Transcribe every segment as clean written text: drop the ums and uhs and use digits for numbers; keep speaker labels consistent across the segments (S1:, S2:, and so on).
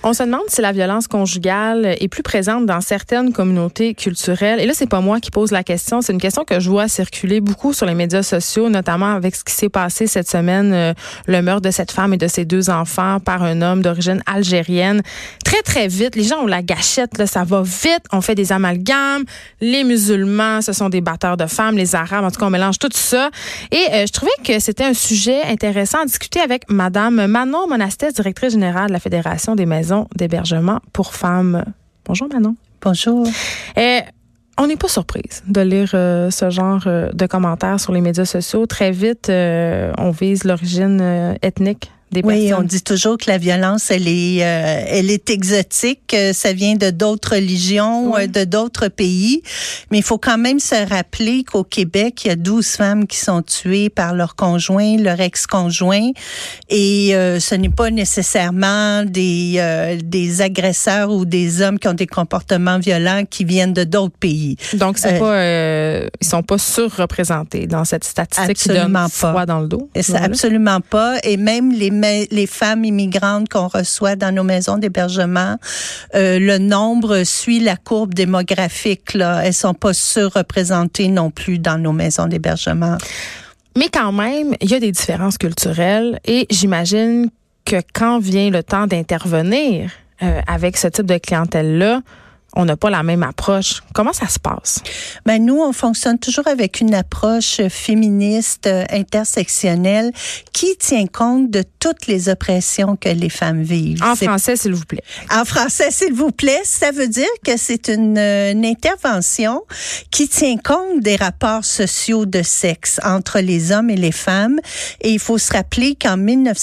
S1: On se demande si la violence conjugale est plus présente dans certaines communautés culturelles. Et là, c'est pas moi qui pose la question. C'est une question que je vois circuler beaucoup sur les médias sociaux, notamment avec ce qui s'est passé cette semaine, le meurtre de cette femme et de ses 2 enfants par un homme d'origine algérienne. Très, très vite. Les gens ont la gâchette, là, ça va vite. On fait des amalgames. Les musulmans, ce sont des batteurs de femmes. Les arabes, en tout cas, on mélange tout ça. Et je trouvais que c'était un sujet intéressant à discuter avec Madame Manon Monastès, directrice générale de la Fédération des maisons d'hébergement pour femmes. Bonjour Manon.
S2: Bonjour.
S1: On n'est pas surprise de lire ce genre de commentaires sur les médias sociaux. Très vite, on vise l'origine ethnique des personnes.
S2: Oui, on dit toujours que la violence, elle est exotique. Ça vient de d'autres religions,
S1: oui,
S2: de d'autres pays. Mais il faut quand même se rappeler qu'au Québec, il y a 12 femmes qui sont tuées par leur conjoint, leur ex-conjoint. Et ce n'est pas nécessairement des agresseurs ou des hommes qui ont des comportements violents qui viennent de d'autres pays.
S1: Donc, c'est pas, ils sont pas surreprésentés dans cette statistique qui donne froid dans le dos.
S2: Absolument pas. Et même les femmes immigrantes qu'on reçoit dans nos maisons d'hébergement, le nombre suit la courbe démographique, là. Elles sont pas surreprésentées non plus dans nos maisons d'hébergement.
S1: Mais quand même, il y a des différences culturelles et j'imagine que quand vient le temps d'intervenir avec ce type de clientèle-là, on n'a pas la même approche. Comment ça se passe?
S2: Ben nous, on fonctionne toujours avec une approche féministe, intersectionnelle, qui tient compte de toutes les oppressions que les femmes vivent.
S1: En français, s'il vous plaît.
S2: En français, s'il vous plaît, ça veut dire que c'est une intervention qui tient compte des rapports sociaux de sexe entre les hommes et les femmes. Et il faut se rappeler qu'en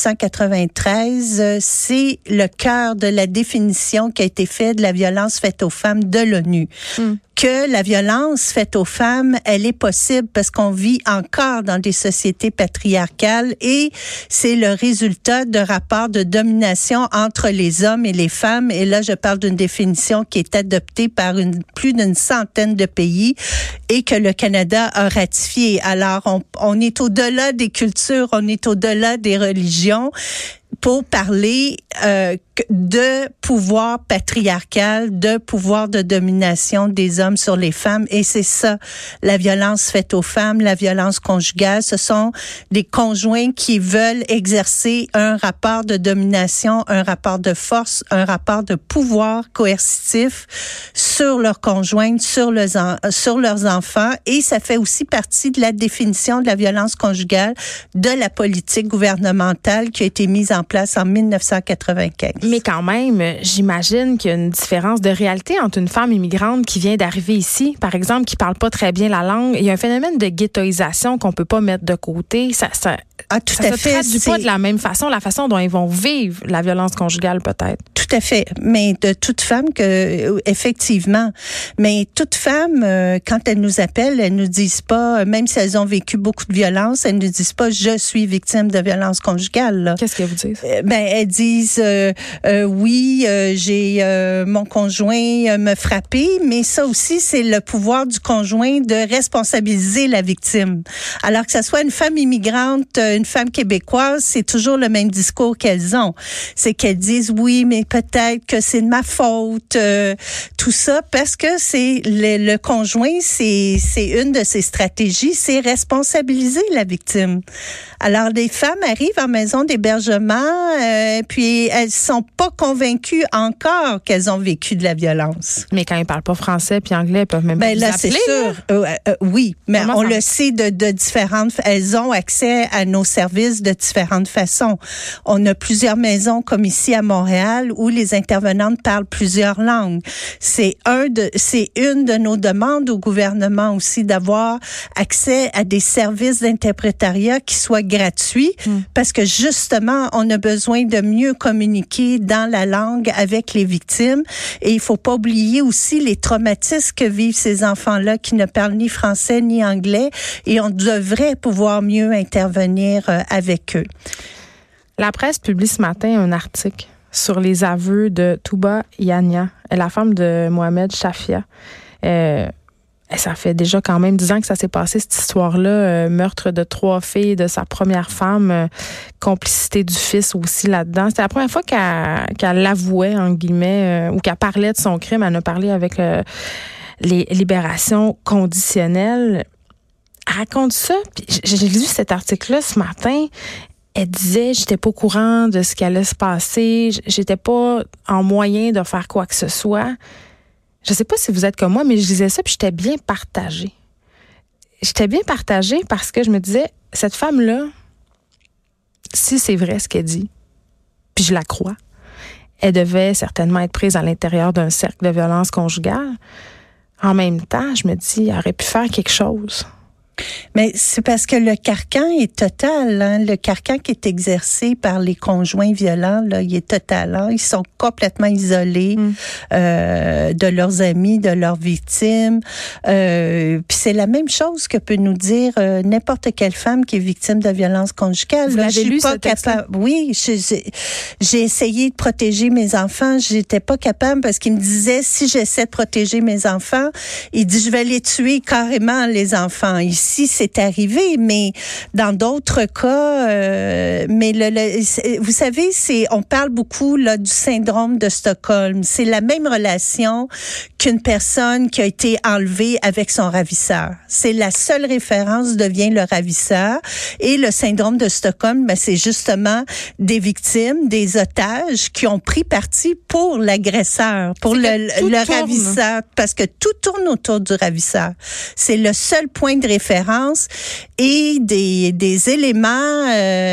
S2: 1993, c'est le cœur de la définition qui a été faite de la violence faite aux femmes de l'ONU. Que la violence faite aux femmes, elle est possible parce qu'on vit encore dans des sociétés patriarcales et c'est le résultat de rapports de domination entre les hommes et les femmes. Et là, je parle d'une définition qui est adoptée par plus d'une centaine de pays et que le Canada a ratifié. Alors, on est au-delà des cultures, on est au-delà des religions pour parler de pouvoir patriarcal, de pouvoir de domination des hommes sur les femmes. Et c'est ça, la violence faite aux femmes, la violence conjugale. Ce sont des conjoints qui veulent exercer un rapport de domination, un rapport de force, un rapport de pouvoir coercitif sur leurs conjointes, sur leurs enfants. Et ça fait aussi partie de la définition de la violence conjugale de la politique gouvernementale qui a été mise en place en 1995.
S1: Mais quand même, j'imagine qu'il y a une différence de réalité entre une femme immigrante qui vient d'arriver ici, par exemple, qui parle pas très bien la langue. Il y a un phénomène de ghettoisation qu'on peut pas mettre de côté. Ça se traduit pas de la même façon, la façon dont ils vont vivre la violence conjugale, peut-être.
S2: Tout à fait. Mais de toute femme effectivement. Mais toute femme, quand elles nous appellent, elles nous disent pas, même si elles ont vécu beaucoup de violence, elles nous disent pas, je suis victime de violence conjugale, là.
S1: Qu'est-ce qu'elles vous disent?
S2: Elles disent, oui, j'ai mon conjoint me frappé, mais ça aussi, c'est le pouvoir du conjoint de responsabiliser la victime. Alors que ça soit une femme immigrante, une femme québécoise, c'est toujours le même discours qu'elles ont. C'est qu'elles disent, oui, mais peut-être que c'est de ma faute, tout ça, parce que c'est le conjoint, c'est une de ses stratégies, c'est responsabiliser la victime. Alors, les femmes arrivent en maison d'hébergement, puis elles sont pas convaincues encore qu'elles ont vécu de la violence.
S1: Mais quand ils parlent pas français puis anglais, ils peuvent même pas
S2: là,
S1: appeler,
S2: c'est sûr. Oui, mais
S1: comment
S2: on le sait de différentes. Elles ont accès à nos services de différentes façons. On a plusieurs maisons comme ici à Montréal où les intervenantes parlent plusieurs langues. C'est une de nos demandes au gouvernement aussi d'avoir accès à des services d'interprétariat qui soient gratuits parce que justement, on a besoin de mieux communiquer dans la langue avec les victimes. Et il faut pas oublier aussi les traumatismes que vivent ces enfants-là qui ne parlent ni français ni anglais et on devrait pouvoir mieux intervenir avec eux.
S1: La presse publie ce matin un article sur les aveux de Touba Yania, la femme de Mohamed Chafia. Elle Ça fait déjà quand même 10 ans que ça s'est passé, cette histoire-là. Meurtre de 3 filles, de sa première femme, complicité du fils aussi là-dedans. C'était la première fois qu'elle l'avouait, en guillemets, ou qu'elle parlait de son crime. Elle en a parlé avec les libérations conditionnelles. Elle raconte ça. Puis j'ai lu cet article-là ce matin. Elle disait, j'étais pas au courant de ce qui allait se passer. J'étais pas en moyen de faire quoi que ce soit. Je sais pas si vous êtes comme moi, mais je disais ça puis j'étais bien partagée. J'étais bien partagée parce que je me disais, cette femme-là, si c'est vrai ce qu'elle dit, puis je la crois, elle devait certainement être prise à l'intérieur d'un cercle de violence conjugale. En même temps, je me dis, elle aurait pu faire quelque chose.
S2: Mais c'est parce que le carcan est total, hein? Le carcan qui est exercé par les conjoints violents, là, il est total. Hein? Ils sont complètement isolés de leurs amis, de leurs victimes. Puis c'est la même chose que peut nous dire n'importe quelle femme qui est victime de violence conjugale.
S1: Vous l'avez lu, ce texte-là?
S2: Oui, j'ai essayé de protéger mes enfants. J'étais pas capable parce qu'il me disait, si j'essaie de protéger mes enfants, il dit, je vais les tuer carrément, les enfants. Ici, c'est arrivé, mais dans d'autres cas, vous savez, on parle beaucoup là du syndrome de Stockholm. C'est la même relation qu'une personne qui a été enlevée avec son ravisseur. C'est la seule référence devient le ravisseur. Et le syndrome de Stockholm, c'est justement des victimes, des otages qui ont pris parti pour l'agresseur, pour le ravisseur, parce que tout tourne autour du ravisseur. C'est le seul point de référence et des éléments,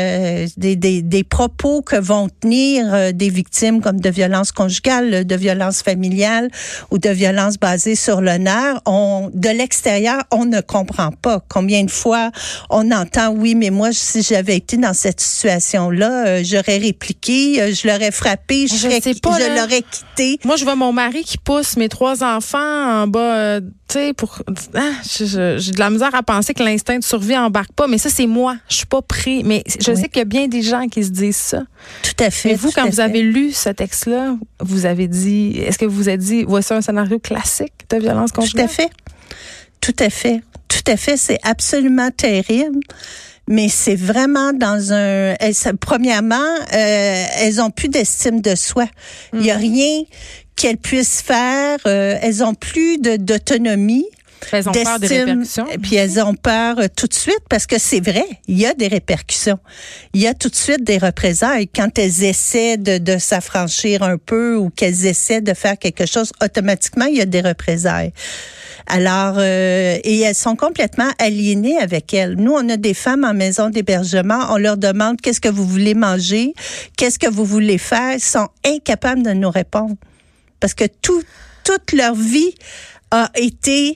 S2: des propos que vont tenir des victimes comme de violences conjugales, de violences familiales ou de violences basées sur l'honneur. De l'extérieur, on ne comprend pas. Combien de fois on entend, oui, mais moi, si j'avais été dans cette situation-là, j'aurais répliqué, je l'aurais frappé, je l'aurais quitté.
S1: Moi, je vois mon mari qui pousse mes 3 enfants en bas, tu sais, j'ai de la misère à penser que l'instinct de survie embarque pas, mais ça, c'est moi. Je suis pas pris. Mais je sais qu'il y a bien des gens qui se disent ça.
S2: Tout à fait.
S1: Mais vous, quand vous avez lu ce texte-là, vous avez dit, est-ce que vous vous êtes dit, voici un scénario classique de violence conjugale?
S2: Tout à fait. Tout à fait. Tout à fait. C'est absolument terrible. Mais c'est vraiment premièrement, elles ont plus d'estime de soi. Il y a rien qu'elles puissent faire. Elles ont plus d'autonomie.
S1: Elles ont peur des répercussions.
S2: Puis elles ont peur tout de suite parce que c'est vrai, il y a des répercussions. Il y a tout de suite des représailles. Quand elles essaient de s'affranchir un peu ou qu'elles essaient de faire quelque chose, automatiquement, il y a des représailles. Alors, et elles sont complètement aliénées avec elles. Nous, on a des femmes en maison d'hébergement, on leur demande qu'est-ce que vous voulez manger, qu'est-ce que vous voulez faire. Elles sont incapables de nous répondre parce que toute leur vie a été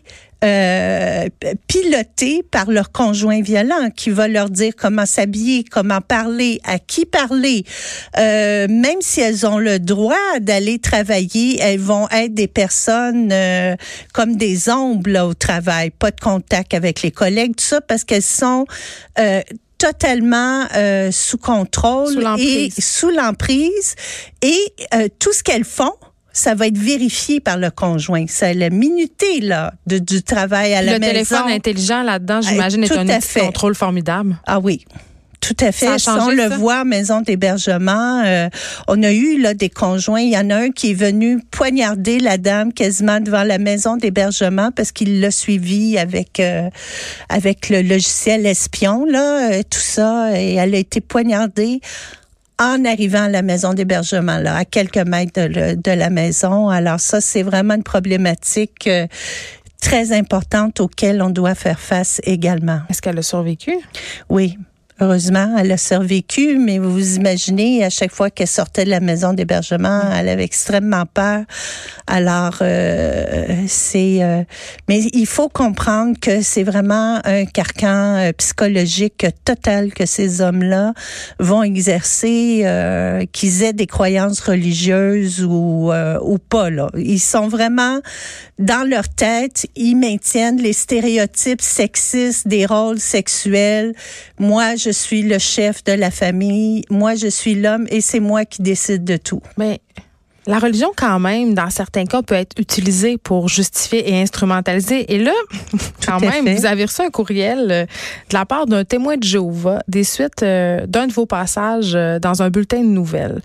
S2: pilotée par leur conjoint violent qui va leur dire comment s'habiller, comment parler, à qui parler. Même si elles ont le droit d'aller travailler, elles vont être des personnes comme des ombres là, au travail, pas de contact avec les collègues, tout ça parce qu'elles sont totalement sous contrôle et sous l'emprise et tout ce qu'elles font, ça va être vérifié par le conjoint. C'est la minuté là du travail à la maison.
S1: Le téléphone intelligent là-dedans, j'imagine, est un outil de contrôle formidable.
S2: Ah oui. Tout à fait. On le voit, maison d'hébergement. On a eu là des conjoints. Il y en a un qui est venu poignarder la dame quasiment devant la maison d'hébergement parce qu'il l'a suivi avec le logiciel espion là, tout ça. Et elle a été poignardée en arrivant à la maison d'hébergement, là, à quelques mètres de la maison. Alors ça, c'est vraiment une problématique très importante auquel on doit faire face également.
S1: Est-ce qu'elle a survécu?
S2: Oui. Heureusement, elle a survécu, mais vous imaginez, à chaque fois qu'elle sortait de la maison d'hébergement, elle avait extrêmement peur. Alors, mais il faut comprendre que c'est vraiment un carcan psychologique total que ces hommes-là vont exercer, qu'ils aient des croyances religieuses ou pas, là. Ils sont vraiment dans leur tête, ils maintiennent les stéréotypes sexistes des rôles sexuels. Moi, je suis le chef de la famille. Moi, je suis l'homme et c'est moi qui décide de tout.
S1: Mais la religion, quand même, dans certains cas, peut être utilisée pour justifier et instrumentaliser. Et là, quand même, vous avez reçu un courriel de la part d'un témoin de Jéhovah des suites d'un de vos passages dans un bulletin de nouvelles.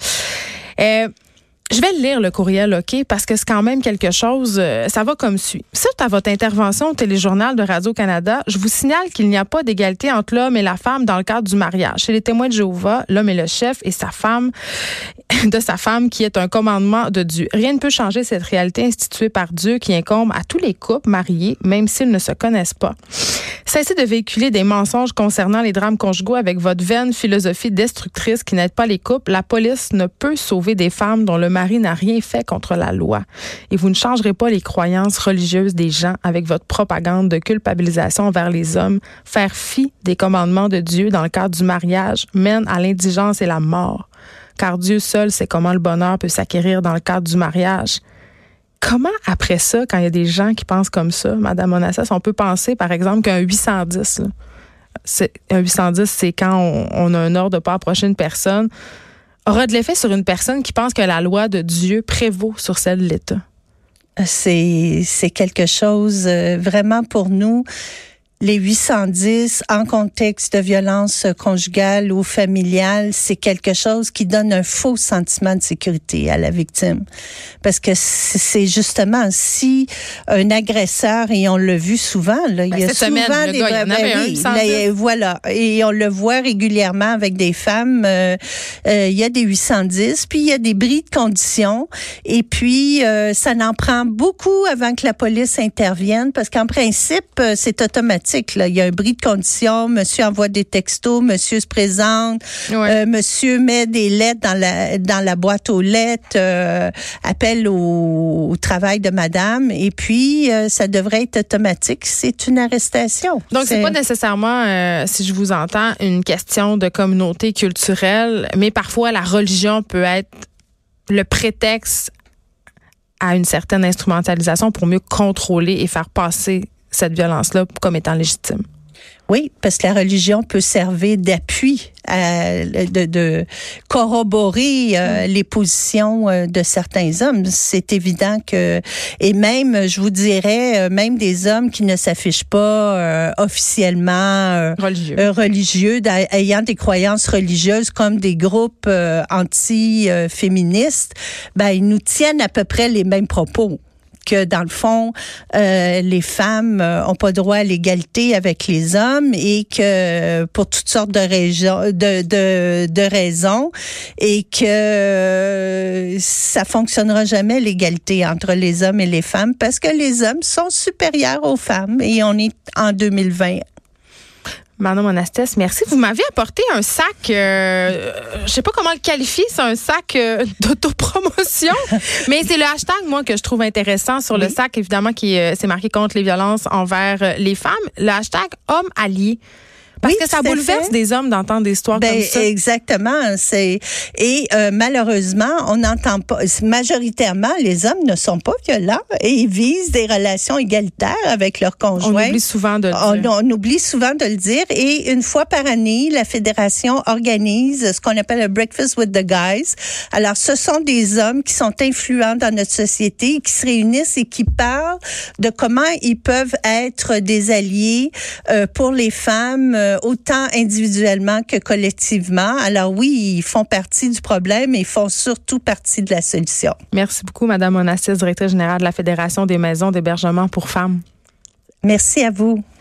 S1: Je vais le lire, le courriel, OK, parce que c'est quand même quelque chose, ça va comme suit. Suite à votre intervention au téléjournal de Radio-Canada, je vous signale qu'il n'y a pas d'égalité entre l'homme et la femme dans le cadre du mariage. Chez les témoins de Jéhovah, l'homme est le chef et sa femme, qui est un commandement de Dieu. Rien ne peut changer cette réalité instituée par Dieu qui incombe à tous les couples mariés, même s'ils ne se connaissent pas. Cessez de véhiculer des mensonges concernant les drames conjugaux avec votre vaine philosophie destructrice qui n'aide pas les couples. La police ne peut sauver des femmes dont le mari n'a rien fait contre la loi. Et vous ne changerez pas les croyances religieuses des gens avec votre propagande de culpabilisation envers les hommes. Faire fi des commandements de Dieu dans le cadre du mariage mène à l'indigence et la mort. Car Dieu seul sait comment le bonheur peut s'acquérir dans le cadre du mariage. Comment, après ça, quand il y a des gens qui pensent comme ça, Mme Onassis, on peut penser, par exemple, qu'un 810, un 810, c'est quand on a un ordre de ne pas approcher une personne, aura de l'effet sur une personne qui pense que la loi de Dieu prévaut sur celle de l'État?
S2: C'est quelque chose vraiment pour nous. Les 810 en contexte de violence conjugale ou familiale, c'est quelque chose qui donne un faux sentiment de sécurité à la victime. Parce que c'est justement si un agresseur, et on l'a vu souvent, là, il y a
S1: cette
S2: souvent
S1: semaine,
S2: des voilà, et on le voit régulièrement avec des femmes. Il y a des 810, puis il y a des bris de conditions, et puis ça n'en prend beaucoup avant que la police intervienne, parce qu'en principe, c'est automatique. Là. Il y a un bris de conditions, monsieur envoie des textos, monsieur se présente, monsieur met des lettres dans la boîte aux lettres, appelle au travail de madame, et puis ça devrait être automatique, c'est une arrestation.
S1: Donc c'est pas nécessairement, si je vous entends, une question de communauté culturelle, mais parfois la religion peut être le prétexte à une certaine instrumentalisation pour mieux contrôler et faire passer cette violence-là comme étant légitime.
S2: Oui, parce que la religion peut servir d'appui, de corroborer les positions de certains hommes. C'est évident que, et même, je vous dirais, même des hommes qui ne s'affichent pas officiellement religieux, ayant des croyances religieuses comme des groupes anti-féministes, ils nous tiennent à peu près les mêmes propos. Que dans le fond, les femmes ont pas droit à l'égalité avec les hommes et que pour toutes sortes de raisons et que ça fonctionnera jamais l'égalité entre les hommes et les femmes parce que les hommes sont supérieurs aux femmes et on est en 2020.
S1: Mme Onassis, merci. Vous m'avez apporté un sac, je sais pas comment le qualifier, c'est un sac d'autopromotion, mais c'est le hashtag, moi, que je trouve intéressant sur le sac, évidemment, c'est marqué contre les violences envers les femmes. Le hashtag homme allié. Parce que ça bouleverse des hommes d'entendre des histoires comme ça.
S2: Exactement. Malheureusement, on n'entend pas. Majoritairement, les hommes ne sont pas violents et ils visent des relations égalitaires avec leurs conjoints.
S1: On oublie souvent de le dire.
S2: On oublie souvent de le dire. Et une fois par année, la fédération organise ce qu'on appelle un Breakfast with the Guys. Alors, ce sont des hommes qui sont influents dans notre société, qui se réunissent et qui parlent de comment ils peuvent être des alliés pour les femmes. Autant individuellement que collectivement. Alors oui, ils font partie du problème et ils font surtout partie de la solution.
S1: Merci beaucoup, Mme Onassis, directrice générale de la Fédération des maisons d'hébergement pour femmes.
S2: Merci à vous.